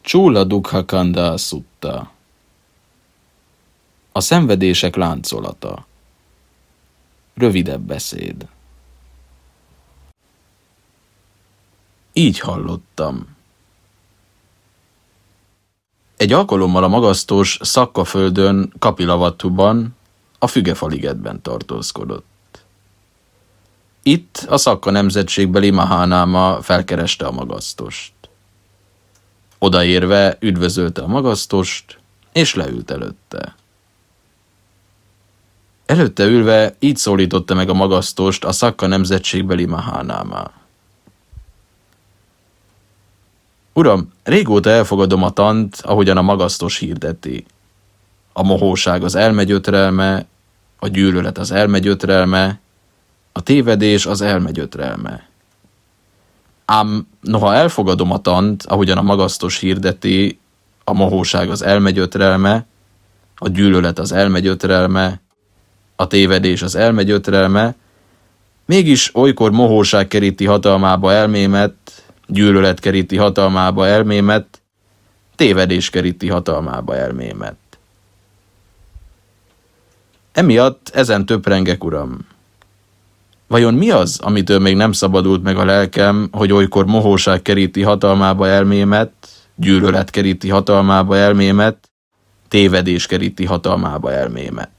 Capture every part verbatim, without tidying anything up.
Csúla Dukha Kanda Sutta. A szenvedések láncolata. Rövidebb beszéd. Így hallottam. Egy alkalommal a magasztos Szakkaföldön, Kapilavattuban, a Fügefaligetben tartózkodott. Itt a Szakka nemzetségbeli Mahánáma felkereste a magasztost. Odaérve üdvözölte a magasztost, és leült előtte. Előtte ülve így szólította meg a magasztost a Szakka nemzetségbeli Mahánáma. Uram, régóta elfogadom a tant, ahogyan a magasztos hirdeti. A mohóság az elmegyötrelme, a gyűlölet az elmegyötrelme, a tévedés az elmegyötrelme. Ám noha elfogadom a tant, ahogyan a magasztos hirdeti, a mohóság az elmegyötrelme, a gyűlölet az elmegyötrelme, a tévedés az elmegyötrelme, mégis olykor mohóság keríti hatalmába elmémet, gyűlölet keríti hatalmába elmémet, tévedés keríti hatalmába elmémet. Emiatt ezen töprengek, uram. Vajon mi az, amitől még nem szabadult meg a lelkem, hogy olykor mohóság keríti hatalmába elmémet, gyűlölet keríti hatalmába elmémet, tévedés keríti hatalmába elmémet?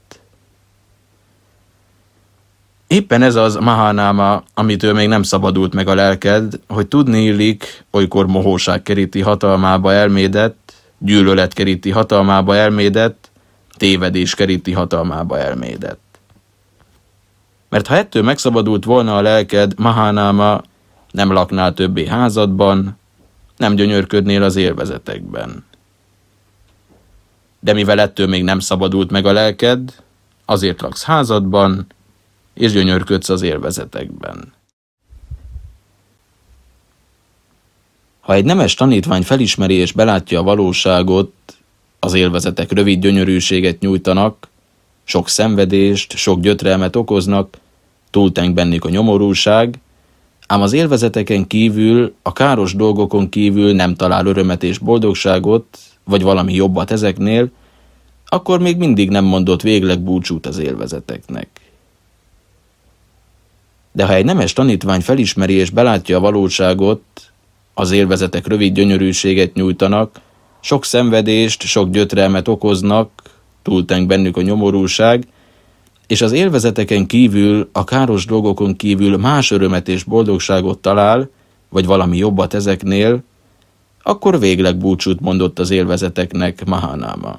Éppen ez az Mahánáma, amitől még nem szabadult meg a lelked, hogy tudni illik, olykor mohóság keríti hatalmába elmédet, gyűlölet keríti hatalmába elmédet, tévedés keríti hatalmába elmédet. Mert ha ettől megszabadult volna a lelked, Mahánáma, nem laknál többé házadban, nem gyönyörködnél az élvezetekben. De mivel ettől még nem szabadult meg a lelked, azért laksz házadban, és gyönyörködsz az élvezetekben. Ha egy nemes tanítvány felismeri és belátja a valóságot, az élvezetek rövid gyönyörűséget nyújtanak, sok szenvedést, sok gyötrelmet okoznak, túlteng bennük a nyomorúság, ám az élvezeteken kívül, a káros dolgokon kívül nem talál örömet és boldogságot, vagy valami jobbat ezeknél, akkor még mindig nem mondott végleg búcsút az élvezeteknek. De ha egy nemes tanítvány felismeri és belátja a valóságot, az élvezetek rövid gyönyörűséget nyújtanak, sok szenvedést, sok gyötrelmet okoznak, túlteng bennük a nyomorúság, és az élvezeteken kívül, a káros dolgokon kívül más örömet és boldogságot talál, vagy valami jobbat ezeknél, akkor végleg búcsút mondott az élvezeteknek Mahánáma.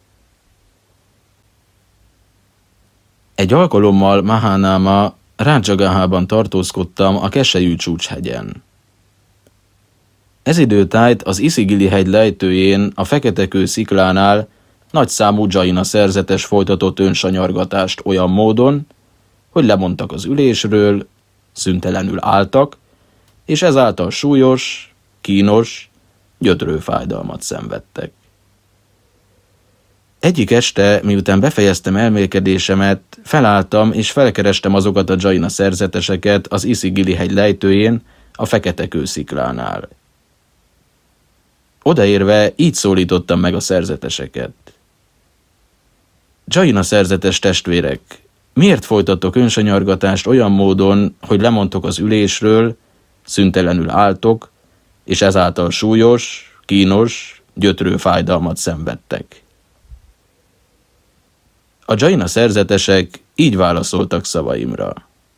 Egy alkalommal Mahánáma Rádzsagahában tartózkodtam a Keselyű csúcshegyen. Ez időtájt az Iszigili hegy lejtőjén, a Feketekő sziklánál nagyszámú dzsaina szerzetes folytatott önsanyargatást olyan módon, hogy lemondtak az ülésről, szüntelenül álltak, és ezáltal súlyos, kínos, gyötrő fájdalmat szenvedtek. Egyik este, miután befejeztem elmélkedésemet, felálltam és felkerestem azokat a dzsaina szerzeteseket az Iszigili hegy lejtőjén, a Feketekő sziklánál. Odaérve így szólítottam meg a szerzeteseket. Dzsaina szerzetes testvérek, miért folytattok önsanyargatást olyan módon, hogy lemondtok az ülésről, szüntelenül álltok, és ezáltal súlyos, kínos, gyötrő fájdalmat szenvedtek? A dzsaina szerzetesek így válaszoltak szavaimra.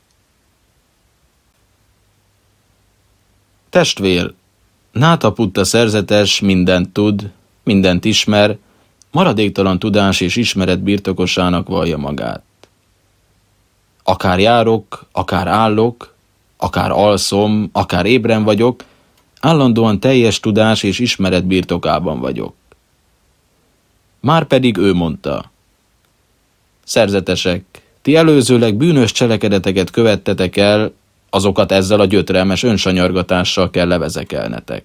Testvér, Nátaputta szerzetes mindent tud, mindent ismer, maradéktalan tudás és ismeret birtokosának vallja magát. Akár járok, akár állok, akár alszom, akár ébren vagyok, állandóan teljes tudás és ismeret birtokában vagyok. Márpedig ő mondta: szerzetesek, ti előzőleg bűnös cselekedeteket követtetek el, azokat ezzel a gyötrelmes önsanyargatással kell levezekelnetek.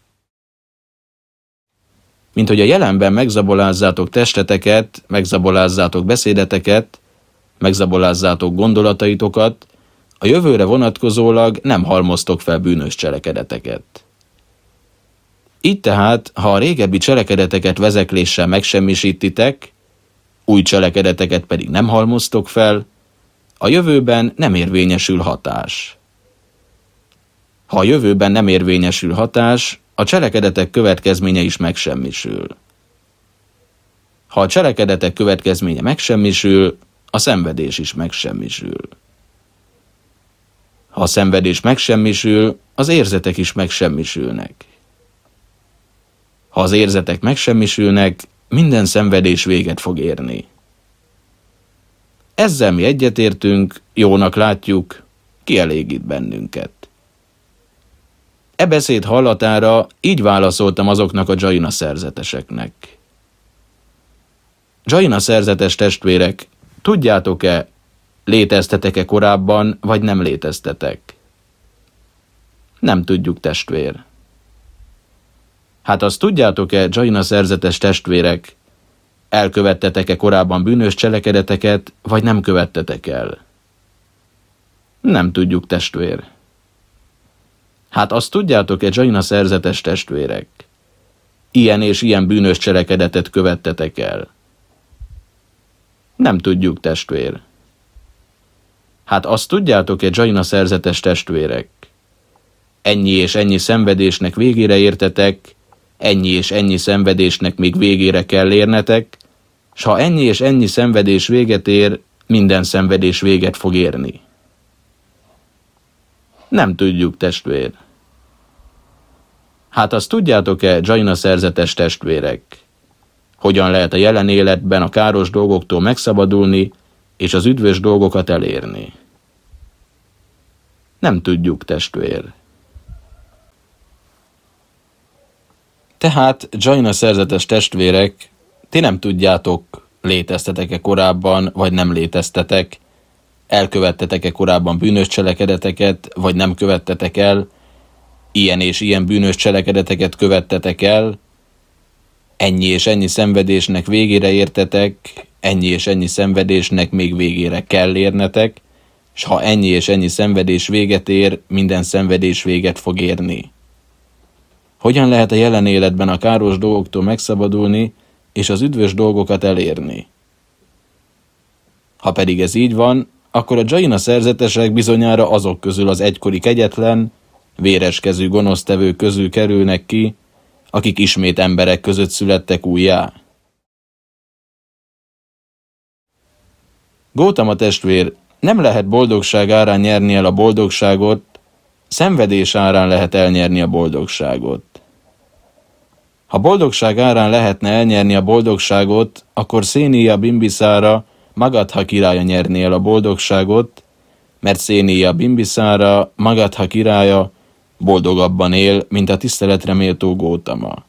Mint hogy a jelenben megzabolázzátok testeteket, megzabolázzátok beszédeteket, megzabolázzátok gondolataitokat, a jövőre vonatkozólag nem halmoztok fel bűnös cselekedeteket. Így tehát, ha a régebbi cselekedeteket vezekléssel megsemmisítitek, új cselekedeteket pedig nem halmoztok fel, a jövőben nem érvényesül hatás. Ha a jövőben nem érvényesül hatás, a cselekedetek következménye is megsemmisül. Ha a cselekedetek következménye megsemmisül, a szenvedés is megsemmisül. Ha a szenvedés megsemmisül, az érzetek is megsemmisülnek. Ha az érzetek megsemmisülnek, minden szenvedés véget fog érni. Ezzel mi egyetértünk, jónak látjuk, kielégít bennünket. E beszéd hallatára így válaszoltam azoknak a Jaina szerzeteseknek. Jaina szerzetes testvérek, tudjátok-e, léteztetek-e korábban, vagy nem léteztetek? Nem tudjuk, testvér. Hát azt tudjátok-e, Jaina szerzetes testvérek, elkövettetek-e korábban bűnös cselekedeteket, vagy nem követtetek el? Nem tudjuk, testvér. Hát azt tudjátok-e, Jaina szerzetes testvérek, ilyen és ilyen bűnös cselekedetet követtetek el? Nem tudjuk, testvér. Hát azt tudjátok-e, Jaina szerzetes testvérek, ennyi és ennyi szenvedésnek végére értetek, ennyi és ennyi szenvedésnek még végére kell érnetek, s ha ennyi és ennyi szenvedés véget ér, minden szenvedés véget fog érni. Nem tudjuk, testvér. Hát azt tudjátok-e, Jaina szerzetes testvérek, hogyan lehet a jelen életben a káros dolgoktól megszabadulni, és az üdvös dolgokat elérni? Nem tudjuk, testvér. Tehát, Jaina szerzetes testvérek, ti nem tudjátok, léteztetek-e korábban, vagy nem léteztetek, elkövettetek-e korábban bűnös cselekedeteket, vagy nem követtetek el, ilyen és ilyen bűnös cselekedeteket követtetek el, ennyi és ennyi szenvedésnek végére értetek, ennyi és ennyi szenvedésnek még végére kell érnetek, s ha ennyi és ennyi szenvedés véget ér, minden szenvedés véget fog érni. Hogyan lehet a jelen életben a káros dolgoktól megszabadulni, és az üdvös dolgokat elérni? Ha pedig ez így van, akkor a Jaina szerzetesek bizonyára azok közül az egykori kegyetlen, véreskezű gonosztevők közül kerülnek ki, akik ismét emberek között születtek újjá. Gautama testvér, nem lehet boldogság árán nyerni el a boldogságot, szenvedés árán lehet elnyerni a boldogságot. Ha boldogság árán lehetne elnyerni a boldogságot, akkor Szénia Bimbiszára, Magadha királya nyerné el a boldogságot, mert Szénia Bimbiszára, Magadha királya boldogabban él, mint a tiszteletre méltó Gautama.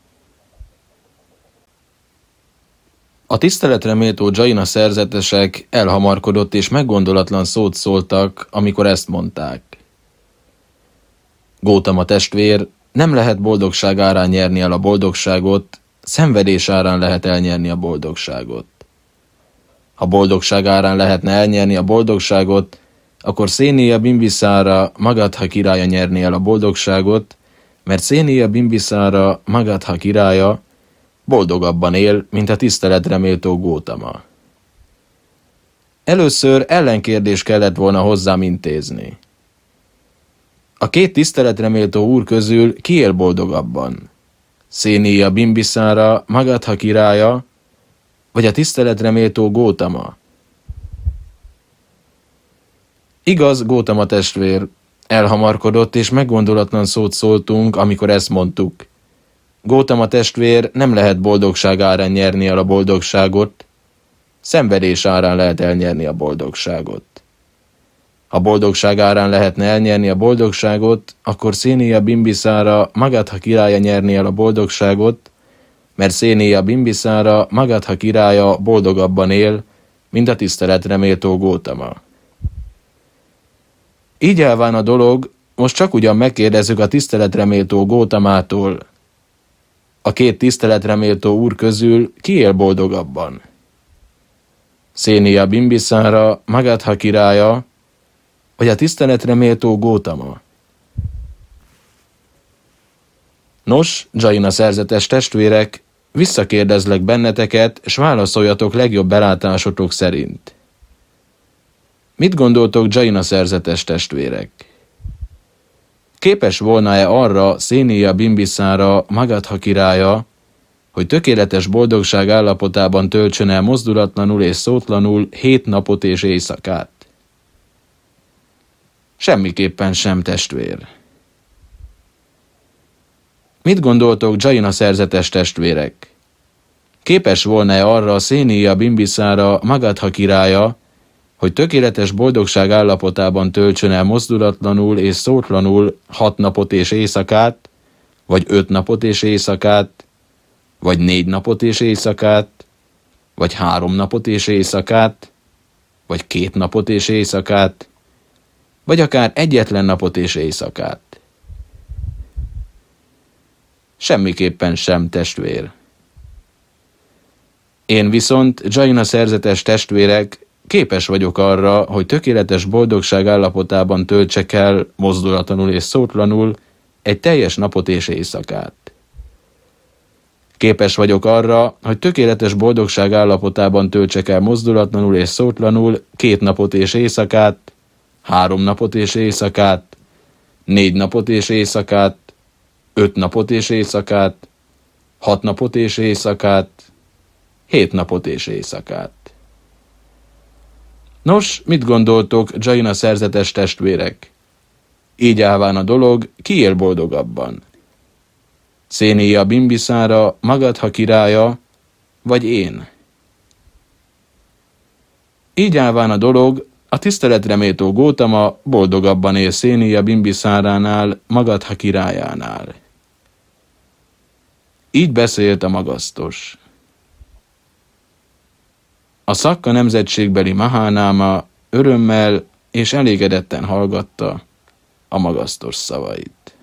A tiszteletre méltó Jaina szerzetesek elhamarkodott és meggondolatlan szót szóltak, amikor ezt mondták. Gautama testvér, nem lehet boldogság árán nyerni el a boldogságot, szenvedés árán lehet elnyerni a boldogságot. Ha boldogság árán lehetne elnyerni a boldogságot, akkor Szénia Bimbiszára, Magadha királya nyerné el a boldogságot, mert Szénia Bimbiszára, Magadha királya boldogabban él, mint a tiszteletre méltó Gautama. Először ellenkérdés kellett volna hozzám intézni. A két tiszteletre méltó úr közül ki él boldogabban? Szénia Bimbiszára, Magadha királya, vagy a tiszteletre méltó Gautama? Igaz, Gautama testvér, elhamarkodott és meggondolatlan szót szóltunk, amikor ezt mondtuk. Gautama testvér, nem lehet boldogság árán nyerni el a boldogságot, szenvedés árán lehet elnyerni a boldogságot. Ha boldogság árán lehetne elnyerni a boldogságot, akkor Szénia Bimbiszára, Magadha királya nyerni el a boldogságot, mert Szénia Bimbiszára, Magadha királya boldogabban él, mint a tiszteletre méltó Gautama. Így elván a dolog, most csak ugyan megkérdezzük a tiszteletre méltó Gautamától. A két tiszteletre méltó úr közül ki él boldogabban? Szénia Bimbiszára, Magadha királya, vagy a tiszteletre méltó Gautama? Nos, Jaina szerzetes testvérek, visszakérdezlek benneteket, s válaszoljatok legjobb belátásotok szerint. Mit gondoltok Jaina szerzetes testvérek? Képes volna-e arra Szénia Bimbiszára, Magadha királya, hogy tökéletes boldogság állapotában töltsön el mozdulatlanul és szótlanul hét napot és éjszakát? Semmiképpen sem, testvér. Mit gondoltok Jaina szerzetes testvérek? Képes volna-e arra Szénia Bimbiszára, Magadha királya, hogy tökéletes boldogság állapotában töltsön el mozdulatlanul és szótlanul hat napot és éjszakát, vagy öt napot és éjszakát, vagy négy napot és éjszakát, vagy három napot és éjszakát, vagy két napot és éjszakát, vagy akár egyetlen napot és éjszakát? Semmiképpen sem, testvér. Én viszont, Jaina szerzetes testvérek, képes vagyok arra, hogy tökéletes boldogság állapotában töltsek el mozdulatlanul és szótlanul egy teljes napot és éjszakát. Képes vagyok arra, hogy tökéletes boldogság állapotában töltsek el mozdulatlanul és szótlanul két napot és éjszakát, három napot és éjszakát, négy napot és éjszakát, öt napot és éjszakát, hat napot és éjszakát, hét napot és éjszakát. Nos, mit gondoltok, Jaina szerzetes testvérek? Így állván a dolog, ki él boldogabban? Szénia Bimbiszára, Magadha királya, vagy én? Így állván a dolog, a tiszteletre méltó Gótama boldogabban él Szénia Bimbisáránál, Magadha királyánál. Így beszélt a magasztos. A Szakka nemzetségbeli Mahánáma örömmel és elégedetten hallgatta a magasztos szavait.